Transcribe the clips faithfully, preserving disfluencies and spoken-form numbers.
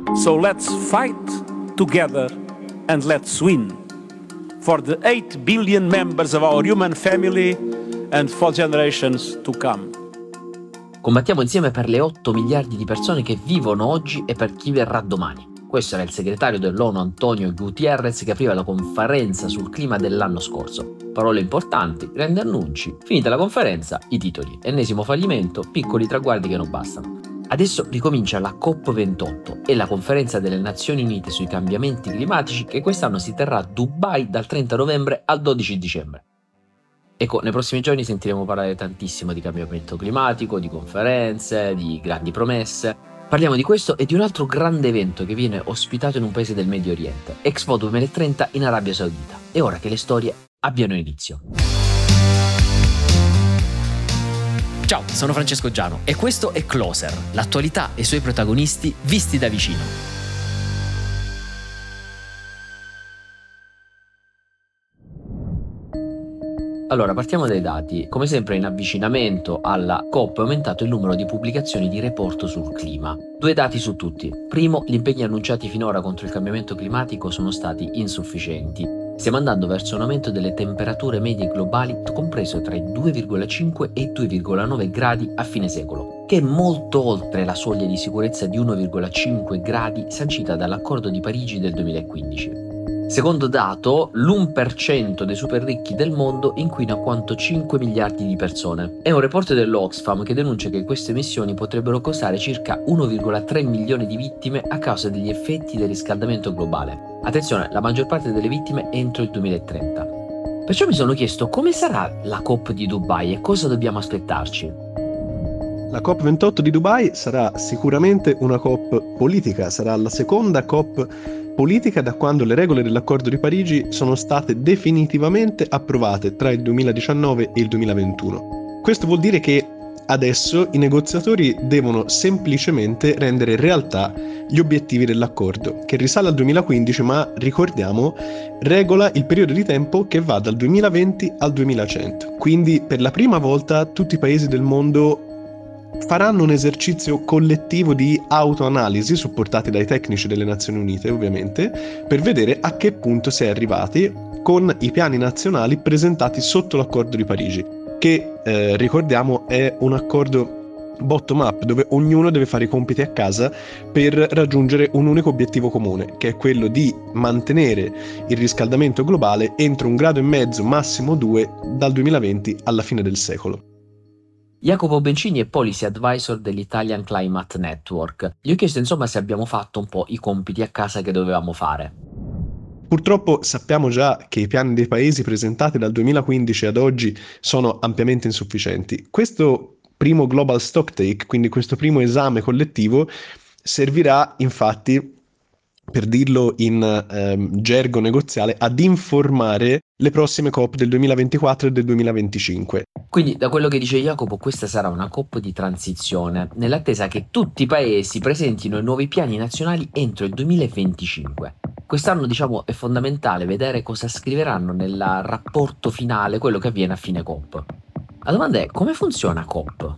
So let's fight together and let's win for the eight billion members of our human family and for generations to come. Combattiamo insieme per le otto miliardi di persone che vivono oggi e per chi verrà domani. Questo era il segretario dell'ONU Antonio Guterres che apriva la conferenza sul clima dell'anno scorso. Parole importanti, grandi annunci, finita la conferenza, i titoli. Ennesimo fallimento, piccoli traguardi che non bastano. Adesso ricomincia la COP ventotto e la conferenza delle Nazioni Unite sui cambiamenti climatici che quest'anno si terrà a Dubai dal trenta novembre al dodici dicembre. Ecco, nei prossimi giorni sentiremo parlare tantissimo di cambiamento climatico, di conferenze, di grandi promesse. Parliamo di questo e di un altro grande evento che viene ospitato in un paese del Medio Oriente, Expo duemilatrenta in Arabia Saudita. È ora che le storie abbiano inizio. Ciao, sono Francesco Giano e questo è Closer, l'attualità e i suoi protagonisti visti da vicino. Allora, partiamo dai dati. Come sempre in avvicinamento alla COP è aumentato il numero di pubblicazioni di report sul clima. Due dati su tutti. Primo, gli impegni annunciati finora contro il cambiamento climatico sono stati insufficienti. Stiamo andando verso un aumento delle temperature medie globali compreso tra i due virgola cinque e i due virgola nove gradi a fine secolo, che è molto oltre la soglia di sicurezza di uno virgola cinque gradi sancita dall'Accordo di Parigi del duemilaquindici. Secondo dato, l'uno per cento dei super ricchi del mondo inquina quanto cinque miliardi di persone. È un report dell'Oxfam che denuncia che queste emissioni potrebbero causare circa uno virgola tre milioni di vittime a causa degli effetti del riscaldamento globale. Attenzione, la maggior parte delle vittime entro il duemilatrenta. Perciò mi sono chiesto come sarà la COP di Dubai e cosa dobbiamo aspettarci. La COP ventotto di Dubai sarà sicuramente una COP politica, sarà la seconda COP politica da quando le regole dell'Accordo di Parigi sono state definitivamente approvate tra il duemiladiciannove e il duemilaventuno. Questo vuol dire che adesso i negoziatori devono semplicemente rendere realtà gli obiettivi dell'accordo, che risale al duemilaquindici, ma ricordiamo regola il periodo di tempo che va dal duemilaventi al duemilacento. Quindi per la prima volta tutti i paesi del mondo faranno un esercizio collettivo di autoanalisi, supportati dai tecnici delle Nazioni Unite ovviamente, per vedere a che punto si è arrivati con i piani nazionali presentati sotto l'Accordo di Parigi, che eh, ricordiamo è un accordo bottom up dove ognuno deve fare i compiti a casa per raggiungere un unico obiettivo comune, che è quello di mantenere il riscaldamento globale entro un grado e mezzo, massimo due, dal duemilaventi alla fine del secolo. Jacopo Bencini è Policy Advisor dell'Italian Climate Network. Gli ho chiesto insomma se abbiamo fatto un po' i compiti a casa che dovevamo fare. Purtroppo sappiamo già che i piani dei paesi presentati dal duemilaquindici ad oggi sono ampiamente insufficienti. Questo primo Global Stocktake, quindi questo primo esame collettivo, servirà infatti, per dirlo in ehm, gergo negoziale, ad informare le prossime COP del duemilaventiquattro e del duemilaventicinque. Quindi, da quello che dice Jacopo, questa sarà una COP di transizione, nell'attesa che tutti i paesi presentino i nuovi piani nazionali entro il duemilaventicinque. Quest'anno, diciamo, è fondamentale vedere cosa scriveranno nel rapporto finale, quello che avviene a fine COP. La domanda è: come funziona COP?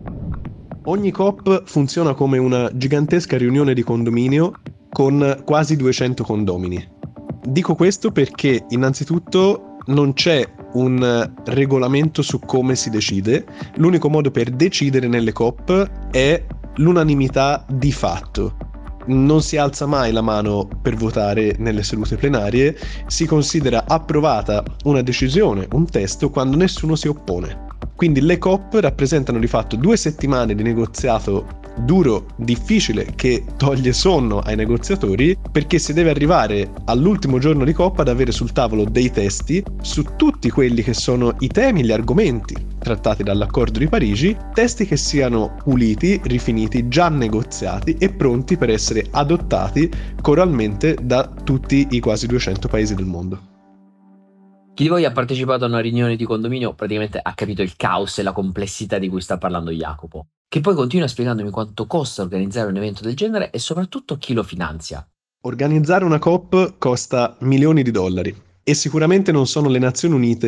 Ogni COP funziona come una gigantesca riunione di condominio con quasi duecento condomini. Dico questo perché innanzitutto non c'è un regolamento su come si decide. L'unico modo per decidere nelle COP è l'unanimità di fatto. Non si alza mai la mano per votare nelle sedute plenarie, si considera approvata una decisione, un testo, quando nessuno si oppone. Quindi le COP rappresentano di fatto due settimane di negoziato duro, difficile, che toglie sonno ai negoziatori, perché si deve arrivare all'ultimo giorno di COP ad avere sul tavolo dei testi su tutti quelli che sono i temi, gli argomenti trattati dall'Accordo di Parigi, testi che siano puliti, rifiniti, già negoziati e pronti per essere adottati coralmente da tutti i quasi duecento paesi del mondo. Chi di voi ha partecipato a una riunione di condominio praticamente ha capito il caos e la complessità di cui sta parlando Jacopo, che poi continua spiegandomi quanto costa organizzare un evento del genere e soprattutto chi lo finanzia. Organizzare una COP costa milioni di dollari e sicuramente non sono le Nazioni Unite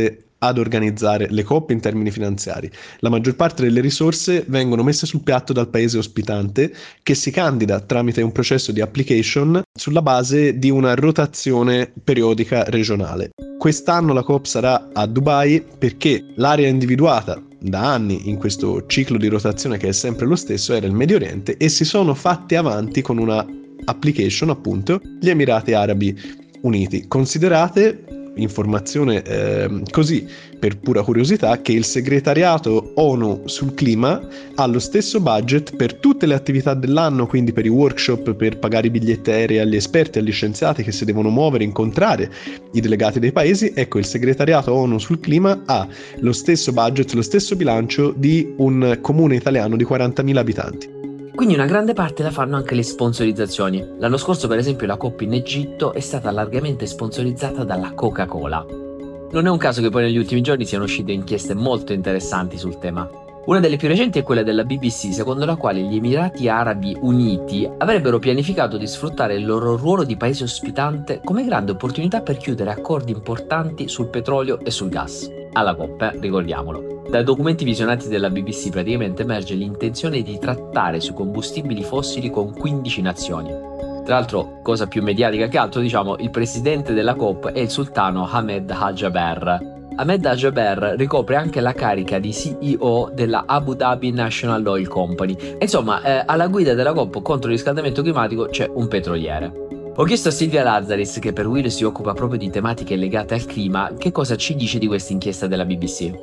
ad organizzare le COP in termini finanziari. La maggior parte delle risorse vengono messe sul piatto dal paese ospitante, che si candida tramite un processo di application sulla base di una rotazione periodica regionale. Quest'anno la COP sarà a Dubai perché l'area individuata da anni in questo ciclo di rotazione, che è sempre lo stesso, era il Medio Oriente, e si sono fatti avanti con una application, appunto, gli Emirati Arabi Uniti. Considerate, informazione eh, così per pura curiosità, che il segretariato ONU sul clima ha lo stesso budget per tutte le attività dell'anno, quindi per i workshop, per pagare i biglietti aerei agli esperti, agli scienziati che si devono muovere, incontrare i delegati dei paesi. Ecco, il segretariato ONU sul clima ha lo stesso budget, lo stesso bilancio di un comune italiano di quarantamila abitanti. Quindi una grande parte la fanno anche le sponsorizzazioni. L'anno scorso, per esempio, la COP in Egitto è stata largamente sponsorizzata dalla Coca-Cola. Non è un caso che poi negli ultimi giorni siano uscite inchieste molto interessanti sul tema. Una delle più recenti è quella della B B C, secondo la quale gli Emirati Arabi Uniti avrebbero pianificato di sfruttare il loro ruolo di paese ospitante come grande opportunità per chiudere accordi importanti sul petrolio e sul gas. Alla COP, eh, ricordiamolo. Dai documenti visionati della B B C praticamente emerge l'intenzione di trattare sui combustibili fossili con quindici nazioni. Tra l'altro, cosa più mediatica che altro, diciamo, il presidente della COP è il sultano Ahmed Al-Jaber. Ahmed Al-Jaber ricopre anche la carica di C E O della Abu Dhabi National Oil Company. Insomma, eh, alla guida della COP contro il riscaldamento climatico c'è un petroliere. Ho chiesto a Silvia Lazzaris, che per Will si occupa proprio di tematiche legate al clima, che cosa ci dice di questa inchiesta della B B C.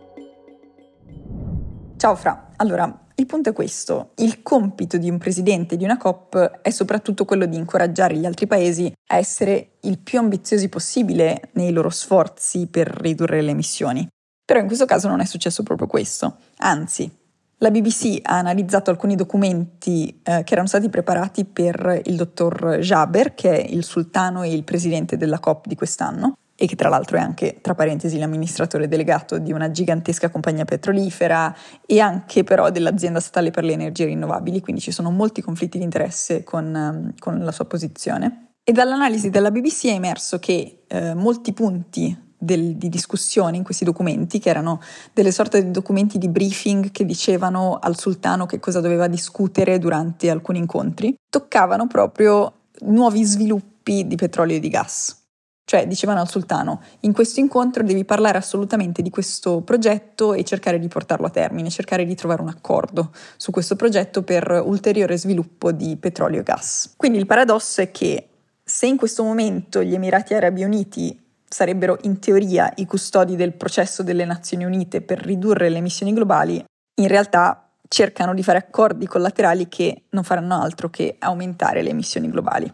Ciao Fra, allora il punto è questo: il compito di un presidente di una COP è soprattutto quello di incoraggiare gli altri paesi a essere il più ambiziosi possibile nei loro sforzi per ridurre le emissioni. Però in questo caso non è successo proprio questo, anzi la B B C ha analizzato alcuni documenti eh, che erano stati preparati per il dottor Jaber, che è il sultano e il presidente della COP di quest'anno, e che tra l'altro è anche, tra parentesi, l'amministratore delegato di una gigantesca compagnia petrolifera e anche però dell'azienda statale per le energie rinnovabili, quindi ci sono molti conflitti di interesse con, con la sua posizione. E dall'analisi della B B C è emerso che eh, molti punti del, di discussione in questi documenti, che erano delle sorte di documenti di briefing che dicevano al sultano che cosa doveva discutere durante alcuni incontri, toccavano proprio nuovi sviluppi di petrolio e di gas. Cioè dicevano al sultano: in questo incontro devi parlare assolutamente di questo progetto e cercare di portarlo a termine, cercare di trovare un accordo su questo progetto per ulteriore sviluppo di petrolio e gas. Quindi il paradosso è che se in questo momento gli Emirati Arabi Uniti sarebbero in teoria i custodi del processo delle Nazioni Unite per ridurre le emissioni globali, in realtà cercano di fare accordi collaterali che non faranno altro che aumentare le emissioni globali.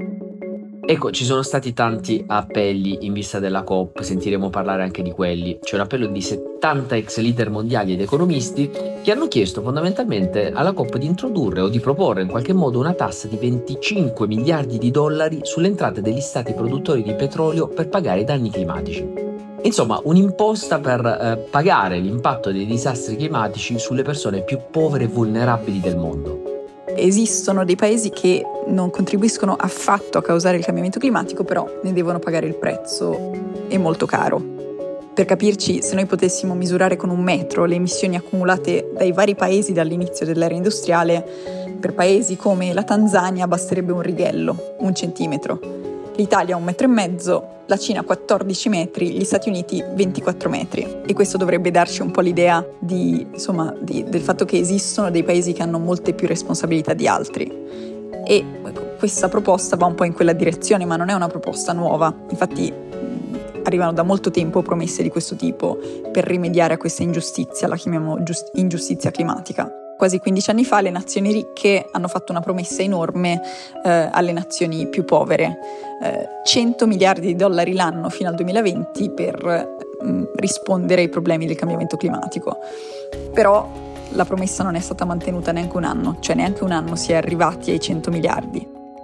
Ecco, ci sono stati tanti appelli in vista della COP, sentiremo parlare anche di quelli. C'è un appello di settanta ex leader mondiali ed economisti che hanno chiesto fondamentalmente alla COP di introdurre o di proporre in qualche modo una tassa di venticinque miliardi di dollari sulle entrate degli stati produttori di petrolio per pagare i danni climatici. Insomma, un'imposta per eh, pagare l'impatto dei disastri climatici sulle persone più povere e vulnerabili del mondo. Esistono dei paesi che non contribuiscono affatto a causare il cambiamento climatico, però ne devono pagare il prezzo, è molto caro. Per capirci, se noi potessimo misurare con un metro le emissioni accumulate dai vari paesi dall'inizio dell'era industriale, per paesi come la Tanzania basterebbe un righello, un centimetro. L'Italia un metro e mezzo, la Cina quattordici metri, gli Stati Uniti ventiquattro metri. E questo dovrebbe darci un po' l'idea di, insomma, di, del fatto che esistono dei paesi che hanno molte più responsabilità di altri. E questa proposta va un po' in quella direzione, ma non è una proposta nuova. Infatti mh, arrivano da molto tempo promesse di questo tipo per rimediare a questa ingiustizia, la chiamiamo giust- ingiustizia climatica. Quasi quindici anni fa le nazioni ricche hanno fatto una promessa enorme eh, alle nazioni più povere, eh, cento miliardi di dollari l'anno fino al duemilaventi per mh, rispondere ai problemi del cambiamento climatico. Però la promessa non è stata mantenuta neanche un anno, cioè neanche un anno si è arrivati ai cento miliardi.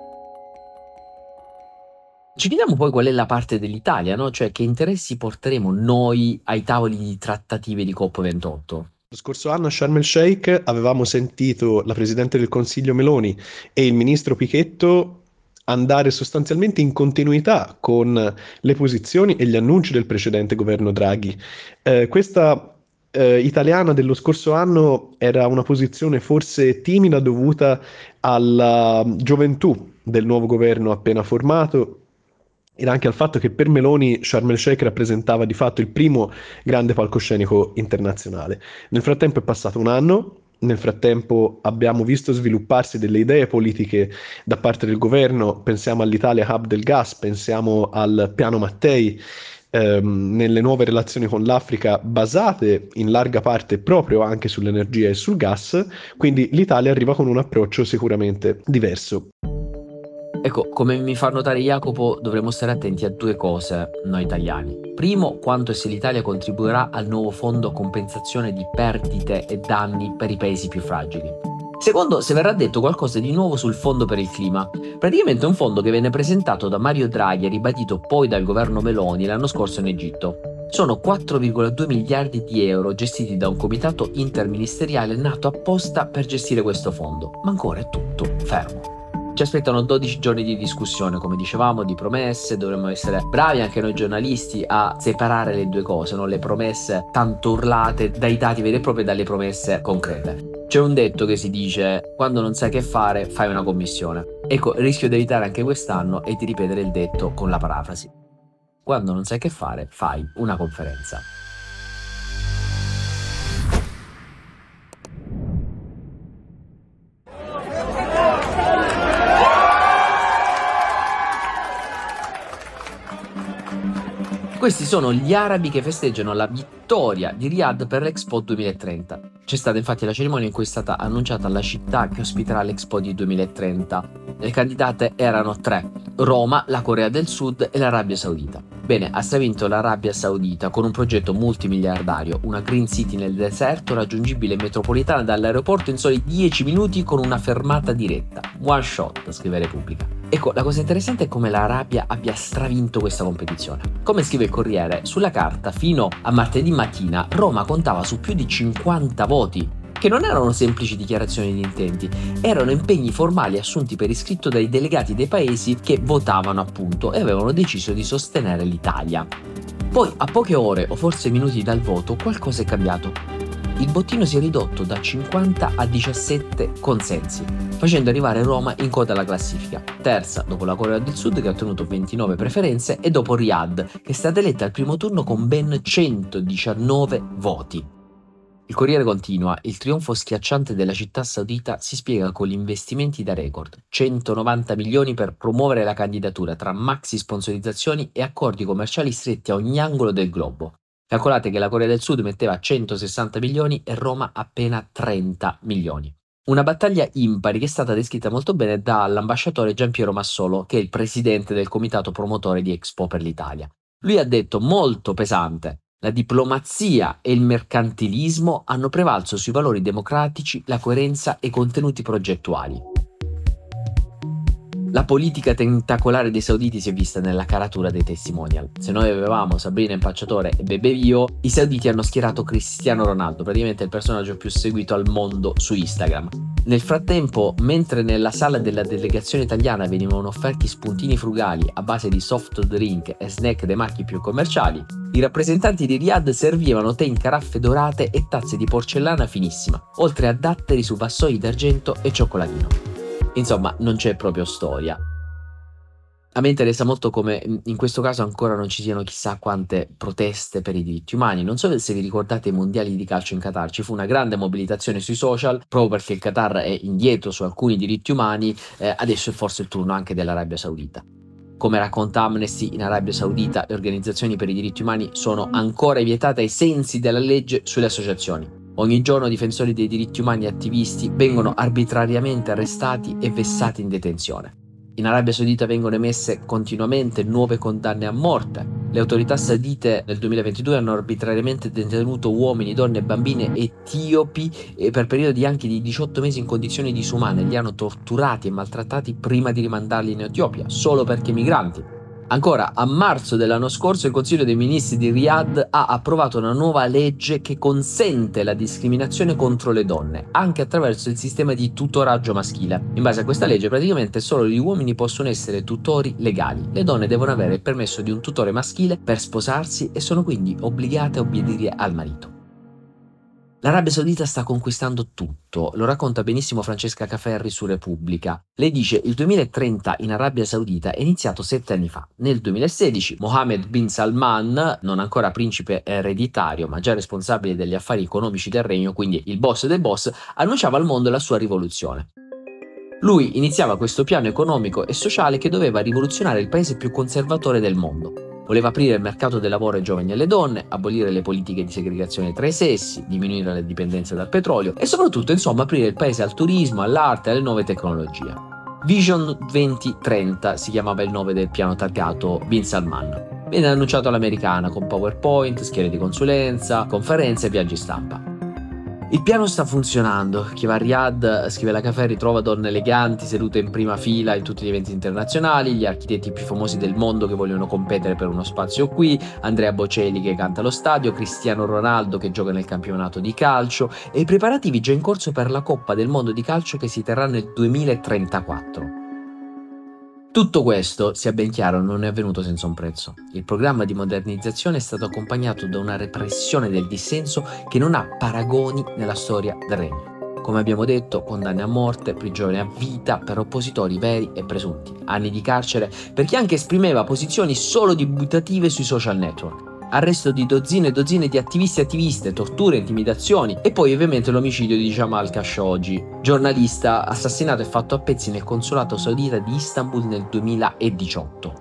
Ci chiediamo poi qual è la parte dell'Italia, no? Cioè che interessi porteremo noi ai tavoli di trattative di COP ventotto? Lo scorso anno a Sharm el Sheikh avevamo sentito la Presidente del Consiglio Meloni e il Ministro Pichetto andare sostanzialmente in continuità con le posizioni e gli annunci del precedente governo Draghi. Eh, questa eh, italiana dello scorso anno era una posizione forse timida dovuta alla gioventù del nuovo governo appena formato, era anche al fatto che per Meloni Sharm el Sheikh rappresentava di fatto il primo grande palcoscenico internazionale. Nel frattempo è passato un anno, nel frattempo abbiamo visto svilupparsi delle idee politiche da parte del governo, pensiamo all'Italia Hub del gas, pensiamo al piano Mattei, ehm, nelle nuove relazioni con l'Africa basate in larga parte proprio anche sull'energia e sul gas, quindi l'Italia arriva con un approccio sicuramente diverso. Ecco, come mi fa notare Jacopo, dovremmo stare attenti a due cose noi italiani. Primo, quanto e se l'Italia contribuirà al nuovo fondo compensazione di perdite e danni per i paesi più fragili. Secondo, se verrà detto qualcosa di nuovo sul fondo per il clima. Praticamente un fondo che venne presentato da Mario Draghi e ribadito poi dal governo Meloni l'anno scorso in Egitto. Sono quattro virgola due miliardi di euro gestiti da un comitato interministeriale nato apposta per gestire questo fondo, ma ancora è tutto fermo. Ci aspettano dodici giorni di discussione, come dicevamo, di promesse, dovremmo essere bravi anche noi giornalisti a separare le due cose, no? Le promesse tanto urlate dai dati veri e propri e dalle promesse concrete. C'è un detto che si dice: quando non sai che fare, fai una commissione. Ecco, il rischio di evitare anche quest'anno è di ripetere il detto con la parafrasi: quando non sai che fare, fai una conferenza. Questi sono gli arabi che festeggiano la vittoria di Riyadh per l'Expo duemilatrenta. C'è stata infatti la cerimonia in cui è stata annunciata la città che ospiterà l'Expo di duemilatrenta. Le candidate erano tre: Roma, la Corea del Sud e l'Arabia Saudita. Bene, ha stravinto l'Arabia Saudita con un progetto multimiliardario, una Green City nel deserto raggiungibile in metropolitana dall'aeroporto in soli dieci minuti con una fermata diretta. One shot, scrive Repubblica. Ecco, la cosa interessante è come l'Arabia abbia stravinto questa competizione. Come scrive il Corriere, sulla carta fino a martedì mattina Roma contava su più di cinquanta voti, che non erano semplici dichiarazioni di intenti, erano impegni formali assunti per iscritto dai delegati dei paesi che votavano appunto e avevano deciso di sostenere l'Italia. Poi, a poche ore o forse minuti dal voto, qualcosa è cambiato. Il bottino si è ridotto da cinquanta a diciassette consensi, facendo arrivare Roma in coda alla classifica, terza dopo la Corea del Sud che ha ottenuto ventinove preferenze e dopo Riyadh, che è stata eletta al primo turno con ben centodiciannove voti. Il Corriere continua: il trionfo schiacciante della città saudita si spiega con gli investimenti da record, centonovanta milioni per promuovere la candidatura tra maxi sponsorizzazioni e accordi commerciali stretti a ogni angolo del globo. Calcolate che la Corea del Sud metteva centosessanta milioni e Roma appena trenta milioni. Una battaglia impari che è stata descritta molto bene dall'ambasciatore Giampiero Massolo, che è il presidente del comitato promotore di Expo per l'Italia. Lui ha detto molto pesante: la diplomazia e il mercantilismo hanno prevalso sui valori democratici, la coerenza e i contenuti progettuali. La politica tentacolare dei sauditi si è vista nella caratura dei testimonial. Se noi avevamo Sabrina Impacciatore e Bebe Vio, i sauditi hanno schierato Cristiano Ronaldo, praticamente il personaggio più seguito al mondo su Instagram. Nel frattempo, mentre nella sala della delegazione italiana venivano offerti spuntini frugali a base di soft drink e snack dei marchi più commerciali, i rappresentanti di Riyadh servivano tè in caraffe dorate e tazze di porcellana finissima, oltre a datteri su vassoi d'argento e cioccolatino. Insomma, non c'è proprio storia. A me interessa molto come in questo caso ancora non ci siano chissà quante proteste per i diritti umani. Non so se vi ricordate i mondiali di calcio in Qatar, ci fu una grande mobilitazione sui social proprio perché il Qatar è indietro su alcuni diritti umani, eh, adesso è forse il turno anche dell'Arabia Saudita. Come racconta Amnesty, in Arabia Saudita le organizzazioni per i diritti umani sono ancora vietate ai sensi della legge sulle associazioni. Ogni giorno difensori dei diritti umani e attivisti vengono arbitrariamente arrestati e vessati in detenzione. In Arabia Saudita vengono emesse continuamente nuove condanne a morte. Le autorità saudite nel duemilaventidue hanno arbitrariamente detenuto uomini, donne e bambine etiopi e per periodi anche di diciotto mesi in condizioni disumane. Li hanno torturati e maltrattati prima di rimandarli in Etiopia, solo perché migranti. Ancora, a marzo dell'anno scorso il Consiglio dei Ministri di Riyadh ha approvato una nuova legge che consente la discriminazione contro le donne, anche attraverso il sistema di tutoraggio maschile. In base a questa legge, praticamente solo gli uomini possono essere tutori legali. Le donne devono avere il permesso di un tutore maschile per sposarsi e sono quindi obbligate a obbedire al marito. L'Arabia Saudita sta conquistando tutto, lo racconta benissimo Francesca Caferri su Repubblica. Lei dice: il duemilatrenta in Arabia Saudita è iniziato sette anni fa. Nel duemilasedici Mohammed bin Salman, non ancora principe ereditario ma già responsabile degli affari economici del regno, quindi il boss dei boss, annunciava al mondo la sua rivoluzione. Lui iniziava questo piano economico e sociale che doveva rivoluzionare il paese più conservatore del mondo. Voleva aprire il mercato del lavoro ai giovani e alle donne, abolire le politiche di segregazione tra i sessi, diminuire la dipendenza dal petrolio e soprattutto, insomma, aprire il paese al turismo, all'arte e alle nuove tecnologie. Vision duemilatrenta si chiamava il nome del piano targato Bin Salman. Viene annunciato all'americana con PowerPoint, schiere di consulenza, conferenze e viaggi stampa. Il piano sta funzionando. Chi va a Riyadh, scrive la Caferri, trova donne eleganti sedute in prima fila in tutti gli eventi internazionali, gli architetti più famosi del mondo che vogliono competere per uno spazio qui, Andrea Bocelli che canta allo stadio, Cristiano Ronaldo che gioca nel campionato di calcio e i preparativi già in corso per la Coppa del Mondo di calcio che si terrà nel duemilatrentaquattro. Tutto questo, sia ben chiaro, non è avvenuto senza un prezzo. Il programma di modernizzazione è stato accompagnato da una repressione del dissenso che non ha paragoni nella storia del regno. Come abbiamo detto, condanne a morte, prigione a vita per oppositori veri e presunti, anni di carcere per chi anche esprimeva posizioni solo dubitative sui social network. Arresto di dozzine e dozzine di attivisti e attiviste, torture, intimidazioni e poi ovviamente l'omicidio di Jamal Khashoggi, giornalista assassinato e fatto a pezzi nel consolato saudita di Istanbul nel duemiladiciotto.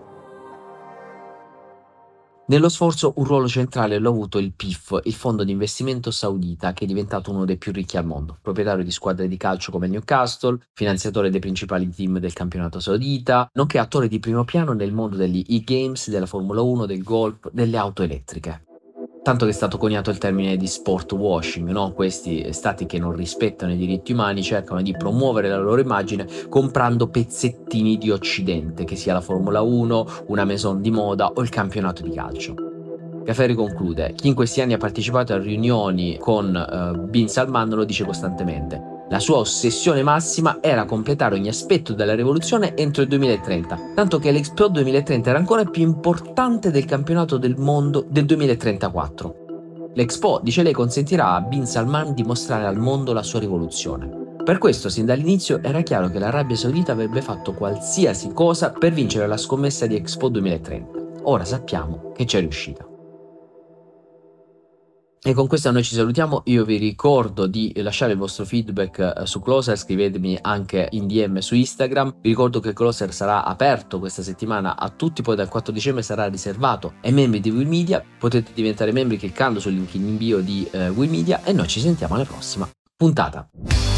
Nello sforzo un ruolo centrale lo ha avuto il P I F, il fondo di investimento saudita che è diventato uno dei più ricchi al mondo, proprietario di squadre di calcio come Newcastle, finanziatore dei principali team del campionato saudita, nonché attore di primo piano nel mondo degli e-games, della Formula uno, del golf, delle auto elettriche. Tanto che è stato coniato il termine di sport washing, no? Questi stati che non rispettano i diritti umani cercano di promuovere la loro immagine comprando pezzettini di occidente, che sia la Formula uno, una maison di moda o il campionato di calcio. Caferri conclude: chi in questi anni ha partecipato a riunioni con uh, Bin Salman lo dice costantemente. La sua ossessione massima era completare ogni aspetto della rivoluzione entro il duemilatrenta, tanto che l'Expo duemilatrenta era ancora più importante del campionato del mondo del duemilatrentaquattro. L'Expo, dice lei, consentirà a Bin Salman di mostrare al mondo la sua rivoluzione. Per questo, sin dall'inizio, era chiaro che l'Arabia Saudita avrebbe fatto qualsiasi cosa per vincere la scommessa di Expo duemilatrenta. Ora sappiamo che c'è riuscita. E con questo noi ci salutiamo. Io vi ricordo di lasciare il vostro feedback su Closer, scrivetemi anche in D M su Instagram. Vi ricordo che Closer sarà aperto questa settimana a tutti, poi dal quattro dicembre sarà riservato ai membri di Will Media. Potete diventare membri cliccando sul link in invio di eh, Will Media e noi ci sentiamo alla prossima puntata.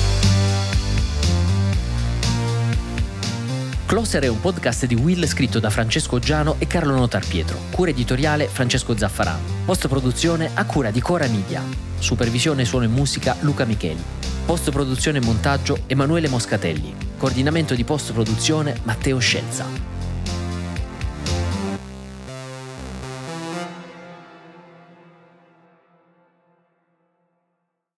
Closer è un podcast di Will scritto da Francesco Giano e Carlo Notarpietro. Cura editoriale Francesco Zaffarano. Post produzione a cura di Cora Media. Supervisione suono e musica Luca Micheli. Post produzione e montaggio Emanuele Moscatelli. Coordinamento di post produzione Matteo Scelza.